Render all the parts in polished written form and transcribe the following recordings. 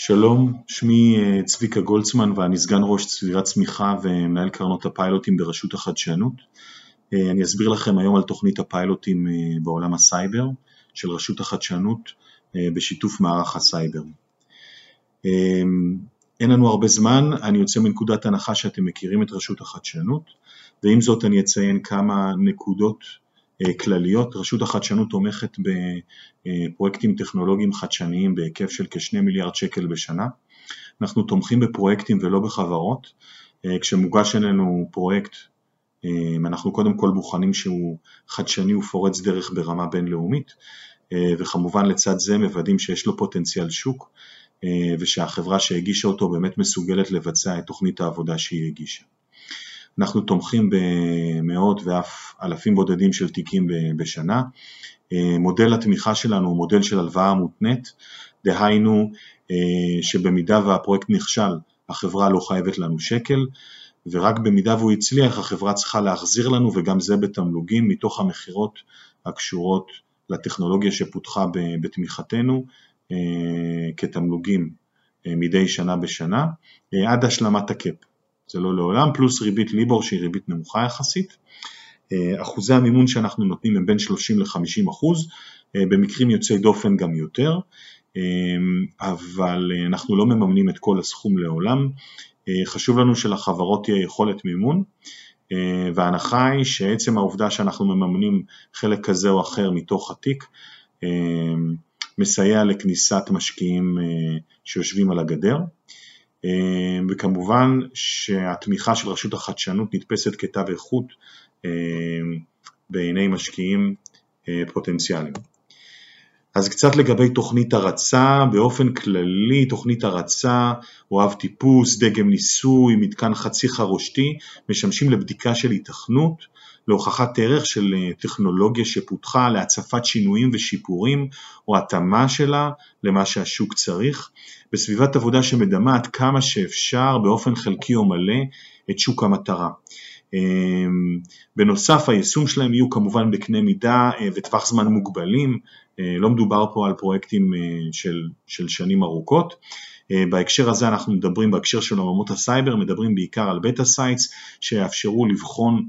שלום, שמי צביקה גולצמן ואני סגן ראש צבירת צמיחה ומנהל קרנות הפיילוטים ברשות החדשנות. אני אסביר לכם היום על תוכנית הפיילוטים בעולם הסייבר של רשות החדשנות בשיתוף מערך הסייבר. אין לנו הרבה זמן, אני יוצא מנקודת הנחה שאתם מכירים את רשות החדשנות, ועם זאת אני אציין כמה נקודות כלליות. רשות החדשנות תומכת בפרויקטים טכנולוגיים חדשניים בהיקף של כ2 מיליארד שקל בשנה. אנחנו תומכים בפרויקטים ולא בחברות. כשמוגש אלינו פרויקט, אנחנו קודם כל בוחנים שהוא חדשני ופורץ דרך ברמה בינלאומית, וכמובן לצד זה מוודאים שיש לו פוטנציאל שוק, ושהחברה שהגישה אותו באמת מסוגלת לבצע את תוכנית העבודה שהיא הגישה. אנחנו תומכים במאות ואף אלפים בודדים של תיקים בשנה. מודל התמיכה שלנו הוא מודל של הלוואה מותנית, דהיינו שבמידה והפרויקט נכשל, החברה לא חייבת לנו שקל, ורק במידה והוא הצליח, החברה צריכה להחזיר לנו, וגם זה בתמלוגים מתוך המחירות הקשורות לטכנולוגיה שפותחה בתמיכתנו, כתמלוגים מדי שנה בשנה, עד השלמת הקאפ. זה לא לעולם, פלוס ריבית ליבור שהיא ריבית נמוכה יחסית. אחוזי המימון שאנחנו נותנים הם בין 30 ל-50%, במקרים יוצאי דופן גם יותר, אבל אנחנו לא מממנים את כל הסכום לעולם. חשוב לנו שלחברות תהיה יכולת מימון, וההנחה היא שעצם העובדה שאנחנו מממנים חלק כזה או אחר מתוך התיק, מסייע לכניסת משקיעים שיושבים על הגדר, וכמובן שהתמיכה של רשות החדשנות נתפסת כתו איכות בעיני משקיעים פוטנציאליים. אז קצת לגבי תוכנית הרצה. באופן כללי תוכנית הרצה, אוהב טיפוס, דגם ניסוי, מתקן חצי חרושתי, משמשים לבדיקה של היתכנות, להוכחת ערך של טכנולוגיה שפותחה, להצפת שינויים ושיפורים או התאמה שלה למה שהשוק צריך, בסביבת עבודה שמדמה עד כמה שאפשר באופן חלקי או מלא את שוק המטרה. בנוסף, היישום שלהם יהיו כמובן בקנה מידה וטווח זמן מוגבלים, לא מדובר פה על פרויקטים של שנים ארוכות. בהקשר הזה אנחנו מדברים, בהקשר של עולמות הסייבר, מדברים בעיקר על בטה סייטס שיאפשרו לבחון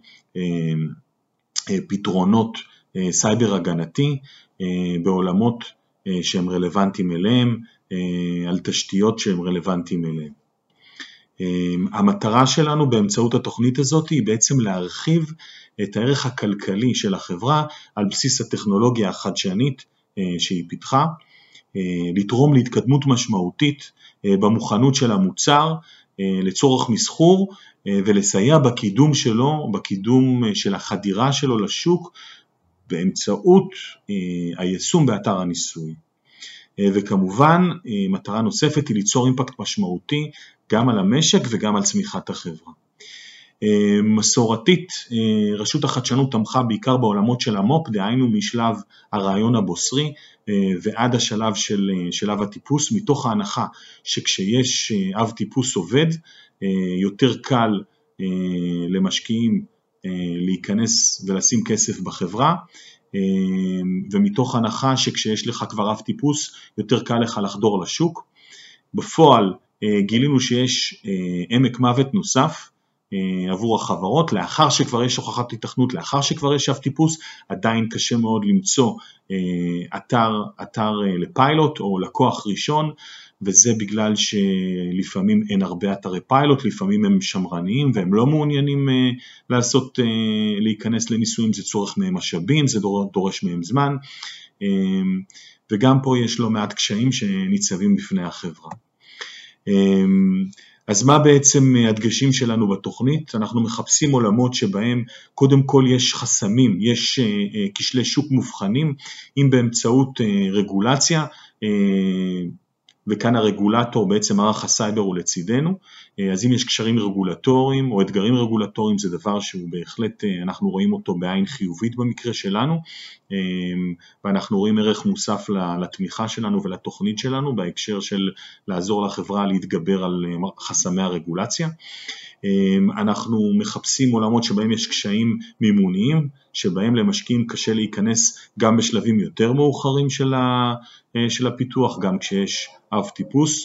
פתרונות סייבר הגנתי בעולמות שהם רלוונטיים אליהם, על תשתיות שהם רלוונטיים אליהם. המטרה שלנו באמצעות התוכנית הזאת היא בעצם להרחיב את הערך הכלכלי של החברה על בסיס הטכנולוגיה החדשנית שהיא פיתחה, לתרום להתקדמות משמעותית במוכנות של המוצר לצורך מסחור, ולסייע בקידום שלו, בקידום של החדירה שלו לשוק באמצעות היישום באתר הניסוי. וכמובן מטרה נוספת היא ליצור אימפקט משמעותי גם על המשק וגם על צמיחת החברה. מסורתית רשות החדשנות תמכה בעיקר בעולמות של המו"פ, דהיינו משלב הרעיון הבוסרי ועד השלב של שלב הטיפוס, מתוך ההנחה שכשיש אב טיפוס עובד יותר קל למשקיעים להיכנס ולשים כסף בחברה, ומתוך הנחה שכשיש לך כבר אב טיפוס יותר קל לך לחדור לשוק. בפועל גילינו שיש עמק מוות נוסף עבור החברות, לאחר שכבר יש הוכחת היתכנות, לאחר שכבר יש אב טיפוס, עדיין קשה מאוד למצוא אתר לפיילוט או לקוח ראשון, וזה בגלל שלפעמים אין הרבה אתרי פיילוט, לפעמים הם שמרניים והם לא מעוניינים להיכנס לניסויים, זה צורך מהם משאבים, זה דורש מהם זמן, וגם פה יש לא מעט קשיים שניצבים בפני החברה. אז מה בעצם הדגשים שלנו בתוכנית? אנחנו מחפשים עולמות שבהם קודם כל יש חסמים, יש כשלי שוק מובחנים, אם באמצעות רגולציה, וכאן הרגולטור בעצם מערך הסייבר הוא לצידנו, אז אם יש קשרים רגולטוריים או אתגרים רגולטוריים, זה דבר שהוא בהחלט, אנחנו רואים אותו בעין חיובית במקרה שלנו, ואנחנו רואים ערך מוסף לתמיכה שלנו ולתוכנית שלנו, בהקשר של לעזור לחברה להתגבר על חסמי הרגולציה. אנחנו מחפשים עולמות שבהם יש קשיים מימוניים, שבהם למשקיעים קשה להיכנס גם בשלבים יותר מאוחרים של הפיתוח, גם כשיש אב טיפוס,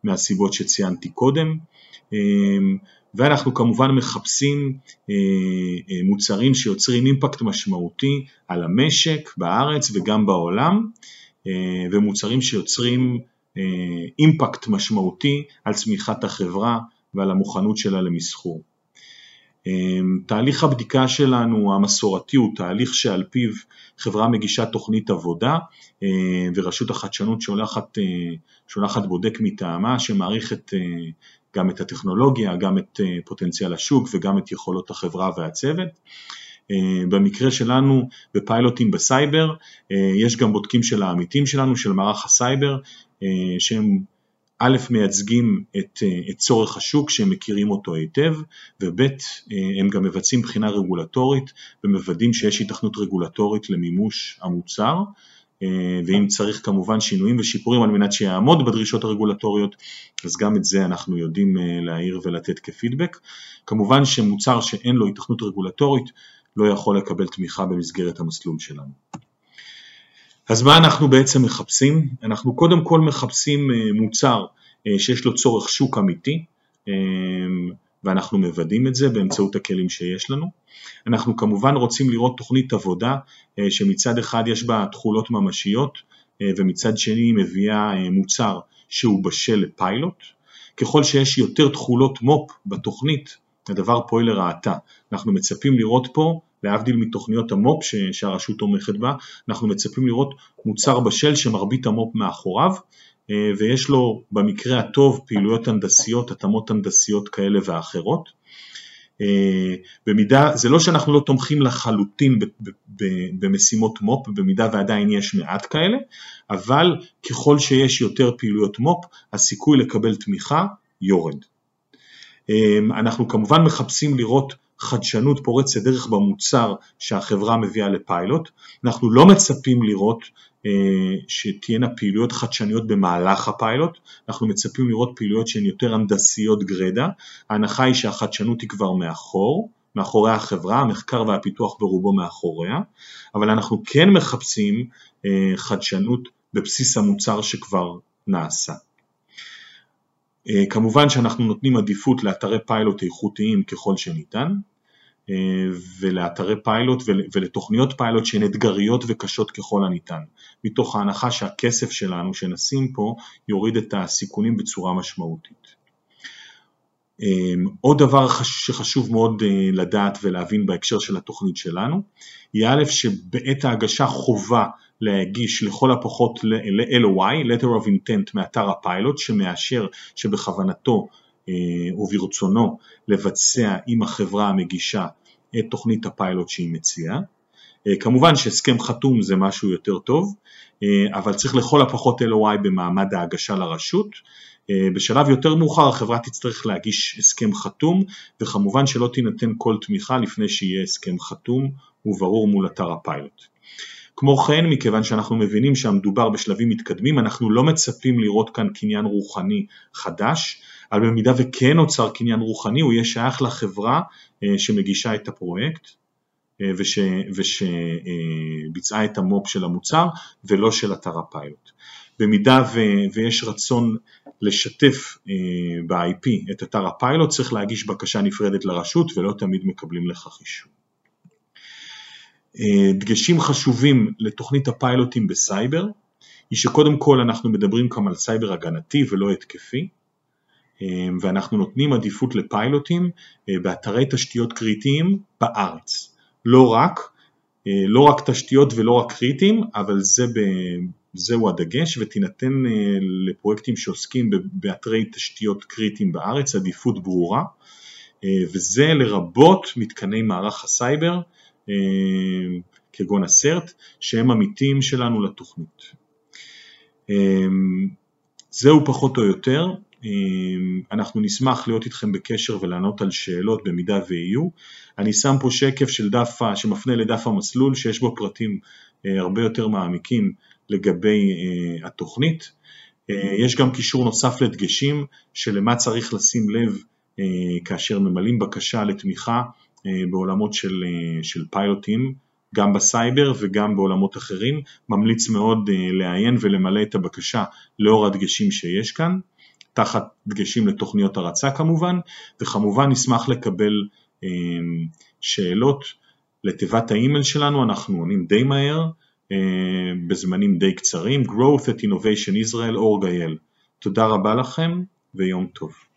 מהסיבות שציינתי קודם, ואנחנו כמובן מחפשים מוצרים שיוצרים אימפקט משמעותי על המשק בארץ וגם בעולם, ומוצרים שיוצרים אימפקט משמעותי על צמיחת החברה ועל המוכנות שלה למסחור. תהליך הבדיקה שלנו המסורתי הוא תהליך שעל פיו חברה מגישה תוכנית עבודה, ורשות החדשנות שולחת בודק מטעמה שמעריך גם את הטכנולוגיה, גם את פוטנציאל השוק וגם את יכולות החברה והצוות. במקרה שלנו בפיילוטים בסייבר יש גם בודקים של העמיתים שלנו, של מערך הסייבר, שהם א' מייצגים את צורך השוק שהם מכירים אותו היטב, וב' הם גם מבצעים בחינה רגולטורית ומוודאים שיש היתכנות רגולטורית למימוש המוצר, ואם צריך כמובן שינויים ושיפורים על מנת שיעמוד בדרישות הרגולטוריות, אז גם את זה אנחנו יודעים להעיר ולתת כפידבק. כמובן שמוצר שאין לו היתכנות רגולטורית לא יכול לקבל תמיכה במסגרת המסלול שלנו. אז מה אנחנו בעצם מחפשים? אנחנו קודם כל מחפשים מוצר שיש לו צורך שוק אמיתי, ואנחנו מוודאים את זה באמצעות הכלים שיש לנו. אנחנו כמובן רוצים לראות תוכנית עבודה שמצד אחד יש בה תחולות ממשיות, ומצד שני היא מביאה מוצר שהוא בשל לפיילוט. ככל שיש יותר תחולות מופ בתוכנית, הדבר פועל לרעתה. אנחנו מצפים לראות פה, להבדיל מתוכניות המופ שהרשות תומכת בה, אנחנו מצפים לראות מוצר בשל שמרבית המופ מאחוריו, ויש לו במקרה הטוב פעילויות הנדסיות, התאמות הנדסיות כאלה ואחרות. זה לא שאנחנו לא תומכים לחלוטין במשימות מופ, במידה ועדיין יש מעט כאלה, אבל ככל שיש יותר פעילויות מופ, הסיכוי לקבל תמיכה יורד. אנחנו כמובן מחפשים לראות חדשנות פורצת דרך במוצר שהחברה מביאה לפיילוט. אנחנו לא מצפים לראות שתהיינה פעילויות חדשניות במהלך הפיילוט, אנחנו מצפים לראות פעילויות שהן יותר הנדסיות גרדה. ההנחה היא שהחדשנות היא כבר מאחורי החברה, המחקר והפיתוח ברובו מאחוריה, אבל אנחנו כן מחפשים חדשנות בבסיס המוצר שכבר נעשה. כמובן שאנחנו נותנים עדיפות לאתרי פיילוט איכותיים ככל שניתן, ולאתרי פיילוט ולתוכניות פיילוט שהן אתגריות וקשות ככל הניתן, מתוך ההנחה שהכסף שלנו שנשים פה יוריד את הסיכונים בצורה משמעותית. עוד דבר שחשוב מאוד לדעת ולהבין בהקשר של התוכנית שלנו, היא א' שבעת ההגשה חובה להגיש לכל הפחות ל-LOI, Letter of Intent מאתר הפיילוט, שמאשר שבכוונתו או ברצונו לבצע עם החברה המגישה את תוכנית הפיילוט שהיא מציעה. כמובן שהסכם חתום זה משהו יותר טוב, אבל צריך לכל הפחות LOI במעמד ההגשה לרשות. בשלב יותר מאוחר החברה תצטרך להגיש הסכם חתום, וכמובן שלא תינתן כל תמיכה לפני שיהיה הסכם חתום וברור מול אתר הפיילוט. כמו כן, מכיוון שאנחנו מבינים שהמדובר בשלבים מתקדמים, אנחנו לא מצפים לראות כאן קניין רוחני חדש, אבל במידה וכן נוצר קניין רוחני, הוא יהיה שייך לחברה שמגישה את הפרויקט, ושביצעה את המופ של המוצר, ולא של אתר הפיילוט. במידה ויש רצון לשתף ב-IP את אתר הפיילוט, צריך להגיש בקשה נפרדת לרשות, ולא תמיד מקבלים לכך אישור. דגשים חשובים לתוכנית הפיילוטים בסייבר, היא שקודם כל אנחנו מדברים כאן על סייבר הגנתי ולא התקפי, ואנחנו נותנים עדיפות לפיילוטים באתרי תשתיות קריטיים בארץ. לא רק תשתיות ולא רק קריטיים, אבל זהו הדגש, ותינתן לפרויקטים שעוסקים באתרי תשתיות קריטיים בארץ עדיפות ברורה, וזה לרבות מתקני מערך הסייבר, כגון הסרט, שהם עמיתים שלנו לתוכנית. זהו פחות או יותר, אנחנו נשמח להיות איתכם בקשר ולענות על שאלות במידה ויהיו. אני שם פה שקף של שמפנה לדף המסלול, שיש בו פרטים הרבה יותר מעמיקים לגבי התוכנית. יש גם קישור נוסף לדגשים שלמה צריך לשים לב כאשר ממלאים בקשה לתמיכה בעולמות של פיילוטים, גם בסייבר וגם בעולמות אחרים. ממליץ מאוד לעיין ולמלא את הבקשה לאור הדגשים שיש כאן. תחת דגשים לתוכניות הרצה כמובן, וכמובן נשמח לקבל שאלות לתיבת האימייל שלנו, אנחנו עונים די מהר, בזמנים די קצרים, growth@innovationisrael.org.il. תודה רבה לכם ויום טוב.